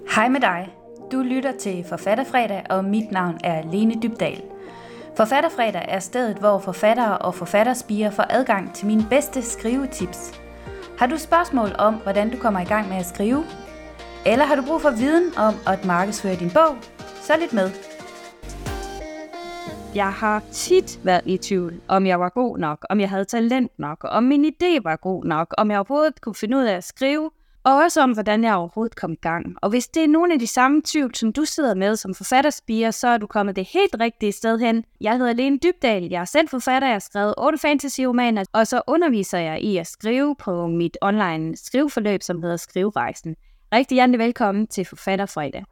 Hej med dig. Du lytter til Forfatterfredag, og mit navn er Lene Dybdahl. Forfatterfredag er stedet, hvor forfattere og forfatterspirer får adgang til mine bedste skrivetips. Har du spørgsmål om, hvordan du kommer i gang med at skrive? Eller har du brug for viden om at markedsføre din bog? Så lyt med. Jeg har tit været i tvivl, om jeg var god nok, om jeg havde talent nok, om min idé var god nok, om jeg overhovedet kunne finde ud af at skrive, og også om, hvordan jeg overhovedet kom i gang. Og hvis det er nogle af de samme tvivl, som du sidder med som forfatterspirer, så er du kommet det helt rigtige sted hen. Jeg hedder Lene Dybdahl, jeg er selv forfatter, jeg har skrevet 8 fantasy-romaner, og så underviser jeg i at skrive på mit online skriveforløb, som hedder Skriverejsen. Rigtig hjertelig velkommen til Forfatterfredag.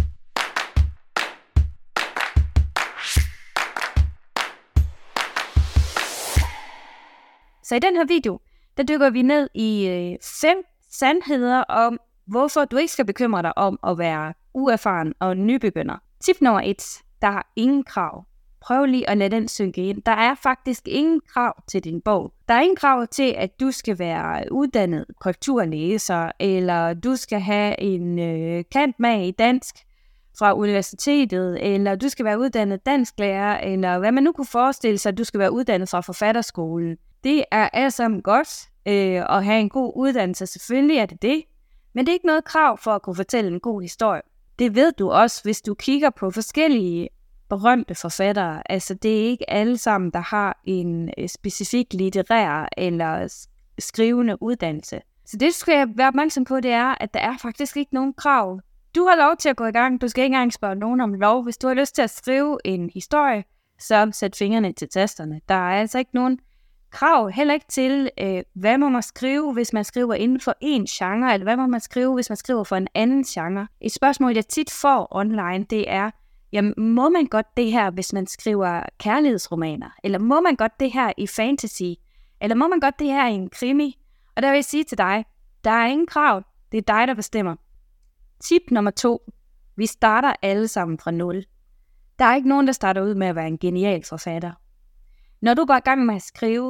Så i den her video, der dykker vi ned i 5 sandheder om, hvorfor du ikke skal bekymre dig om at være uerfaren og nybegynder. Tip nummer 1. Der er ingen krav. Prøv lige at lade den synke ind. Der er faktisk ingen krav til din bog. Der er ingen krav til, at du skal være uddannet korrekturlæser, eller du skal have en cand.mag i dansk fra universitetet, eller du skal være uddannet dansklærer, eller hvad man nu kunne forestille sig, at du skal være uddannet fra forfatterskolen. Det er alt sammen godt at have en god uddannelse. Selvfølgelig er det, men det er ikke noget krav for at kunne fortælle en god historie. Det ved du også, hvis du kigger på forskellige berømte forfattere. Altså, det er ikke alle sammen, der har en specifik litterær eller skrivende uddannelse. Så det, du skal være opmærksom på, det er, at der er faktisk ikke nogen krav. Du har lov til at gå i gang. Du skal ikke engang spørge nogen om lov. Hvis du har lyst til at skrive en historie, så sæt fingrene til tasterne. Der er altså ikke nogen krav, heller ikke til, hvad må man skrive, hvis man skriver inden for en genre, eller hvad må man skrive, hvis man skriver for en anden genre. Et spørgsmål, jeg tit får online, det er, jamen, må man godt det her, hvis man skriver kærlighedsromaner? Eller må man godt det her i fantasy? Eller må man godt det her i en krimi? Og der vil jeg sige til dig, der er ingen krav, det er dig, der bestemmer. Tip nummer 2. Vi starter alle sammen fra 0. Der er ikke nogen, der starter ud med at være en genial forfatter. Når du går i gang med at skrive,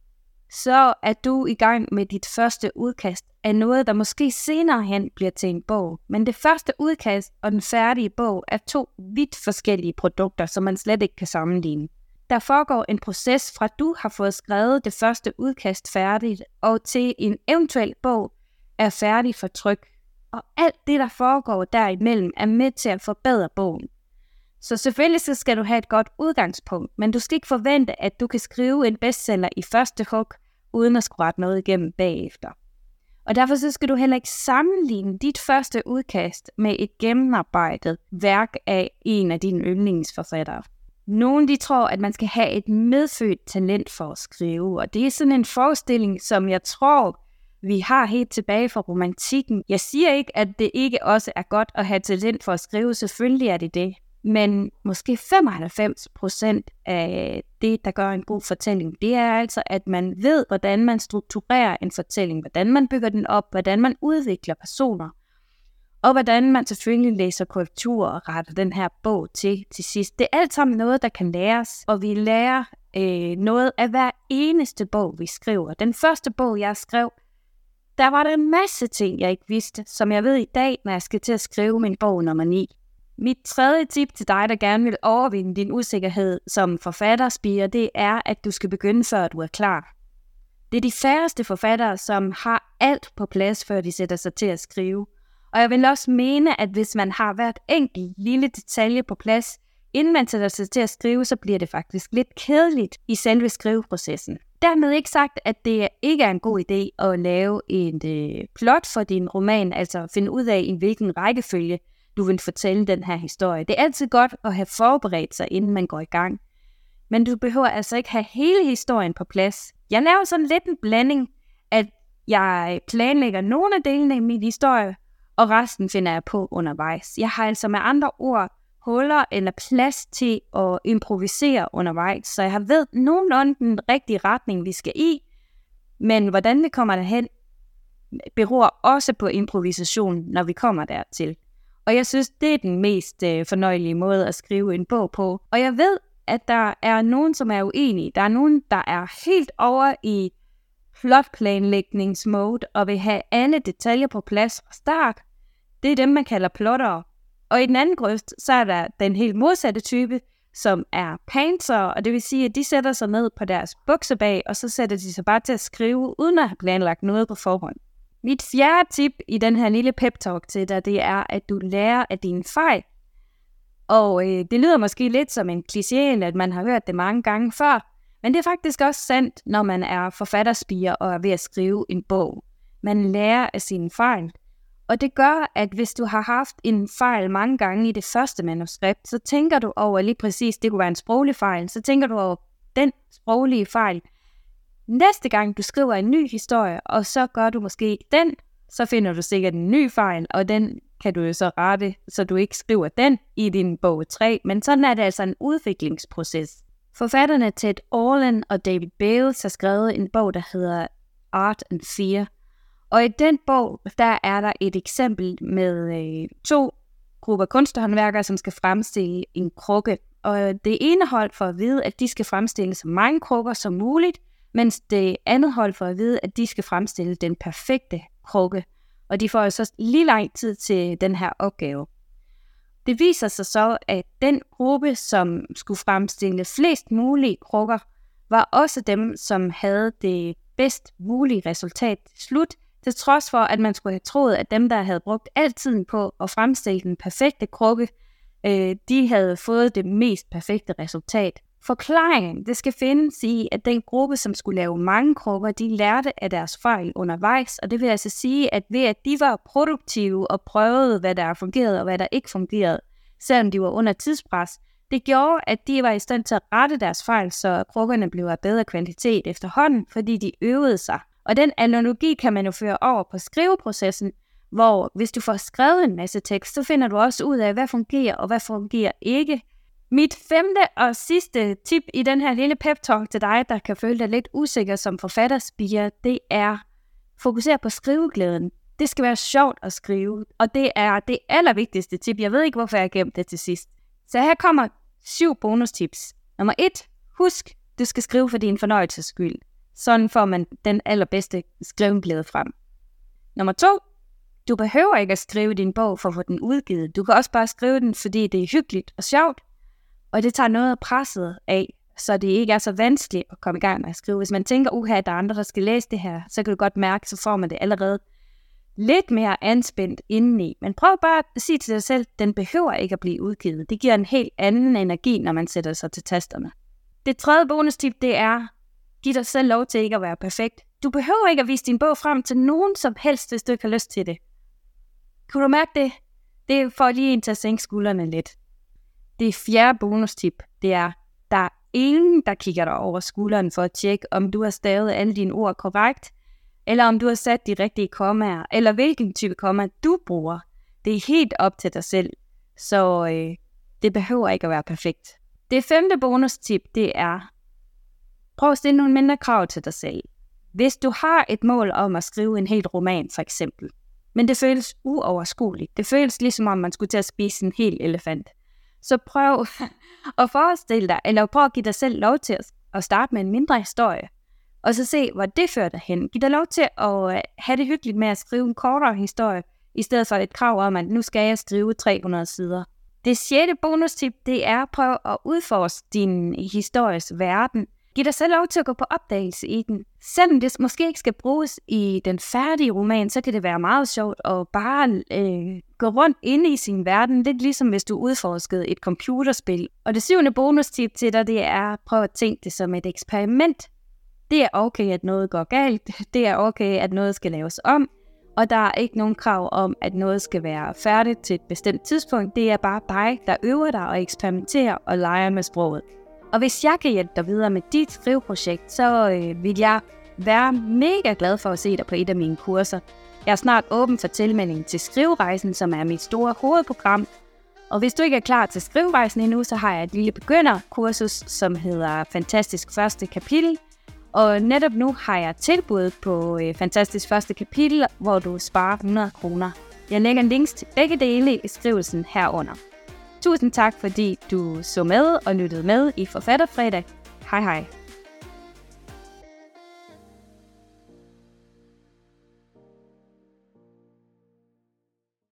så er du i gang med dit første udkast af noget, der måske senere hen bliver til en bog. Men det første udkast og den færdige bog er 2 vidt forskellige produkter, som man slet ikke kan sammenligne. Der foregår en proces fra du har fået skrevet det første udkast færdigt, og til en eventuel bog er færdig for tryk. Og alt det, der foregår derimellem, er med til at forbedre bogen. Så selvfølgelig så skal du have et godt udgangspunkt, men du skal ikke forvente, at du kan skrive en bestseller i første hug, uden at skulle rette noget igennem bagefter. Og derfor så skal du heller ikke sammenligne dit første udkast med et gennemarbejdet værk af en af dine yndlingsforfattere. Nogle de tror, at man skal have et medfødt talent for at skrive, og det er sådan en forestilling, som jeg tror, vi har helt tilbage fra romantikken. Jeg siger ikke, at det ikke også er godt at have talent for at skrive, selvfølgelig er det det. Men måske 95% af det, der gør en god fortælling, det er altså, at man ved, hvordan man strukturerer en fortælling, hvordan man bygger den op, hvordan man udvikler personer, og hvordan man selvfølgelig læser korrektur og retter den her bog til sidst. Det er alt sammen noget, der kan læres, og vi lærer noget af hver eneste bog, vi skriver. Den første bog, jeg skrev, der var der en masse ting, jeg ikke vidste, som jeg ved i dag, når jeg skal til at skrive min bog nummer 9. Mit tredje tip til dig, der gerne vil overvinde din usikkerhed som forfatterspirer, det er, at du skal begynde, før du er klar. Det er de færreste forfattere, som har alt på plads, før de sætter sig til at skrive. Og jeg vil også mene, at hvis man har hvert enkelt lille detalje på plads, inden man sætter sig til at skrive, så bliver det faktisk lidt kedeligt i selve skriveprocessen. Dermed ikke sagt, at det ikke er en god idé at lave et plot for din roman, altså finde ud af, i hvilken rækkefølge du vil fortælle den her historie. Det er altid godt at have forberedt sig, inden man går i gang. Men du behøver altså ikke have hele historien på plads. Jeg laver sådan lidt en blanding, at jeg planlægger nogle af delene i min historie, og resten finder jeg på undervejs. Jeg har altså med andre ord huller eller plads til at improvisere undervejs, så jeg ved nogenlunde den rigtige retning, vi skal i, men hvordan vi kommer derhen, beror også på improvisation, når vi kommer dertil. Og jeg synes, det er den mest fornøjelige måde at skrive en bog på. Og jeg ved, at der er nogen, som er uenige. Der er nogen, der er helt over i plotplanlægningsmode og vil have alle detaljer på plads fra start. Det er dem, man kalder plottere. Og i den anden grøft, så er der den helt modsatte type, som er pantsere, og det vil sige, at de sætter sig ned på deres buksebag, og så sætter de sig bare til at skrive, uden at have planlagt noget på forhånd. Mit fjerde tip i den her lille pep-talk til dig, det er, at du lærer af dine fejl. Og det lyder måske lidt som en kliché, at man har hørt det mange gange før, men det er faktisk også sandt, når man er forfatterspirer og er ved at skrive en bog. Man lærer af sine fejl. Og det gør, at hvis du har haft en fejl mange gange i det første manuskript, så tænker du over lige præcis, det kunne være en sproglig fejl, så tænker du over den sproglige fejl. Næste gang du skriver en ny historie, og så gør du måske den, så finder du sikkert en ny fejl, og den kan du jo så rette, så du ikke skriver den i din bog 3, men sådan er det altså en udviklingsproces. Forfatterne Ted Orland og David Bales har skrevet en bog, der hedder Art and Fear. Og i den bog, der er der et eksempel med 2 grupper kunsthåndværkere, som skal fremstille en krukke. Og det ene hold får at vide, at de skal fremstille så mange krukker som muligt, mens det andet hold får at vide, at de skal fremstille den perfekte krukke. Og de får jo så lige lang tid til den her opgave. Det viser sig så, at den gruppe, som skulle fremstille flest mulige krukker, var også dem, som havde det bedst mulige resultat til slut, til trods for, at man skulle have troet, at dem, der havde brugt al tiden på at fremstille den perfekte krukke, de havde fået det mest perfekte resultat. Forklaringen, det skal findes i, at den gruppe, som skulle lave mange krukker, de lærte af deres fejl undervejs, og det vil altså sige, at ved at de var produktive og prøvede, hvad der fungerede og hvad der ikke fungerede, selvom de var under tidspres, det gjorde, at de var i stand til at rette deres fejl, så krukkerne blev af bedre kvalitet efterhånden, fordi de øvede sig. Og den analogi kan man jo føre over på skriveprocessen, hvor hvis du får skrevet en masse tekst, så finder du også ud af, hvad fungerer og hvad fungerer ikke. Mit 5. og sidste tip i den her lille pep-talk til dig, der kan føle dig lidt usikker som forfatterspirer, det er fokusere på skriveglæden. Det skal være sjovt at skrive, og det er det allervigtigste tip. Jeg ved ikke, hvorfor jeg har gemt det til sidst. Så her kommer 7 bonustips. Nummer 1. Husk, du skal skrive for din fornøjelses skyld. Sådan får man den allerbedste skriveglæde frem. Nummer 2. Du behøver ikke at skrive din bog for at få den udgivet. Du kan også bare skrive den, fordi det er hyggeligt og sjovt. Og det tager noget af presset af, så det ikke er så vanskeligt at komme i gang med at skrive. Hvis man tænker, at der er andre, der skal læse det her, så kan du godt mærke, så får man det allerede lidt mere anspændt indeni. Men prøv bare at sige til dig selv, den behøver ikke at blive udgivet. Det giver en helt anden energi, når man sætter sig til tasterne. Det 3. bonustip, det er, giv dig selv lov til ikke at være perfekt. Du behøver ikke at vise din bog frem til nogen som helst, hvis du ikke har lyst til det. Kunne du mærke det? Det får lige en til at sænke skuldrene lidt. Det 4. bonustip, det er, der er ingen, der kigger dig over skulderen for at tjekke, om du har stavet alle dine ord korrekt, eller om du har sat de rigtige kommaer, eller hvilken type komma du bruger. Det er helt op til dig selv, så det behøver ikke at være perfekt. Det 5. bonustip, det er, prøv at stille nogle mindre krav til dig selv. Hvis du har et mål om at skrive en hel roman, for eksempel, men det føles uoverskueligt, det føles ligesom om man skulle til at spise en hel elefant, så prøv at forestille dig, eller prøv at give dig selv lov til at starte med en mindre historie, og så se, hvor det fører dig hen. Giv dig lov til at have det hyggeligt med at skrive en kortere historie, i stedet for et krav om, at nu skal jeg skrive 300 sider. Det 6. bonustip, det er at prøve at udforske din histories verden. Giv dig selv lov til at gå på opdagelse i den. Selvom det måske ikke skal bruges i den færdige roman, så kan det være meget sjovt at bare gå rundt inde i sin verden. Lidt ligesom hvis du udforskede et computerspil. Og det 7. bonustip til dig, det er at prøve at tænke det som et eksperiment. Det er okay, at noget går galt. Det er okay, at noget skal laves om. Og der er ikke nogen krav om, at noget skal være færdigt til et bestemt tidspunkt. Det er bare dig, der øver dig og eksperimenterer og leger med sproget. Og hvis jeg kan hjælpe dig videre med dit skriveprojekt, så vil jeg være mega glad for at se dig på et af mine kurser. Jeg er snart åben for tilmelding til Skriverejsen, som er mit store hovedprogram. Og hvis du ikke er klar til Skriverejsen endnu, så har jeg et lille begynderkursus, som hedder Fantastisk første kapitel. Og netop nu har jeg tilbud på Fantastisk første kapitel, hvor du sparer 100 kroner. Jeg lægger links til begge dele i beskrivelsen herunder. Tusind tak, fordi du så med og lyttede med i Forfatterfredag. Hej hej.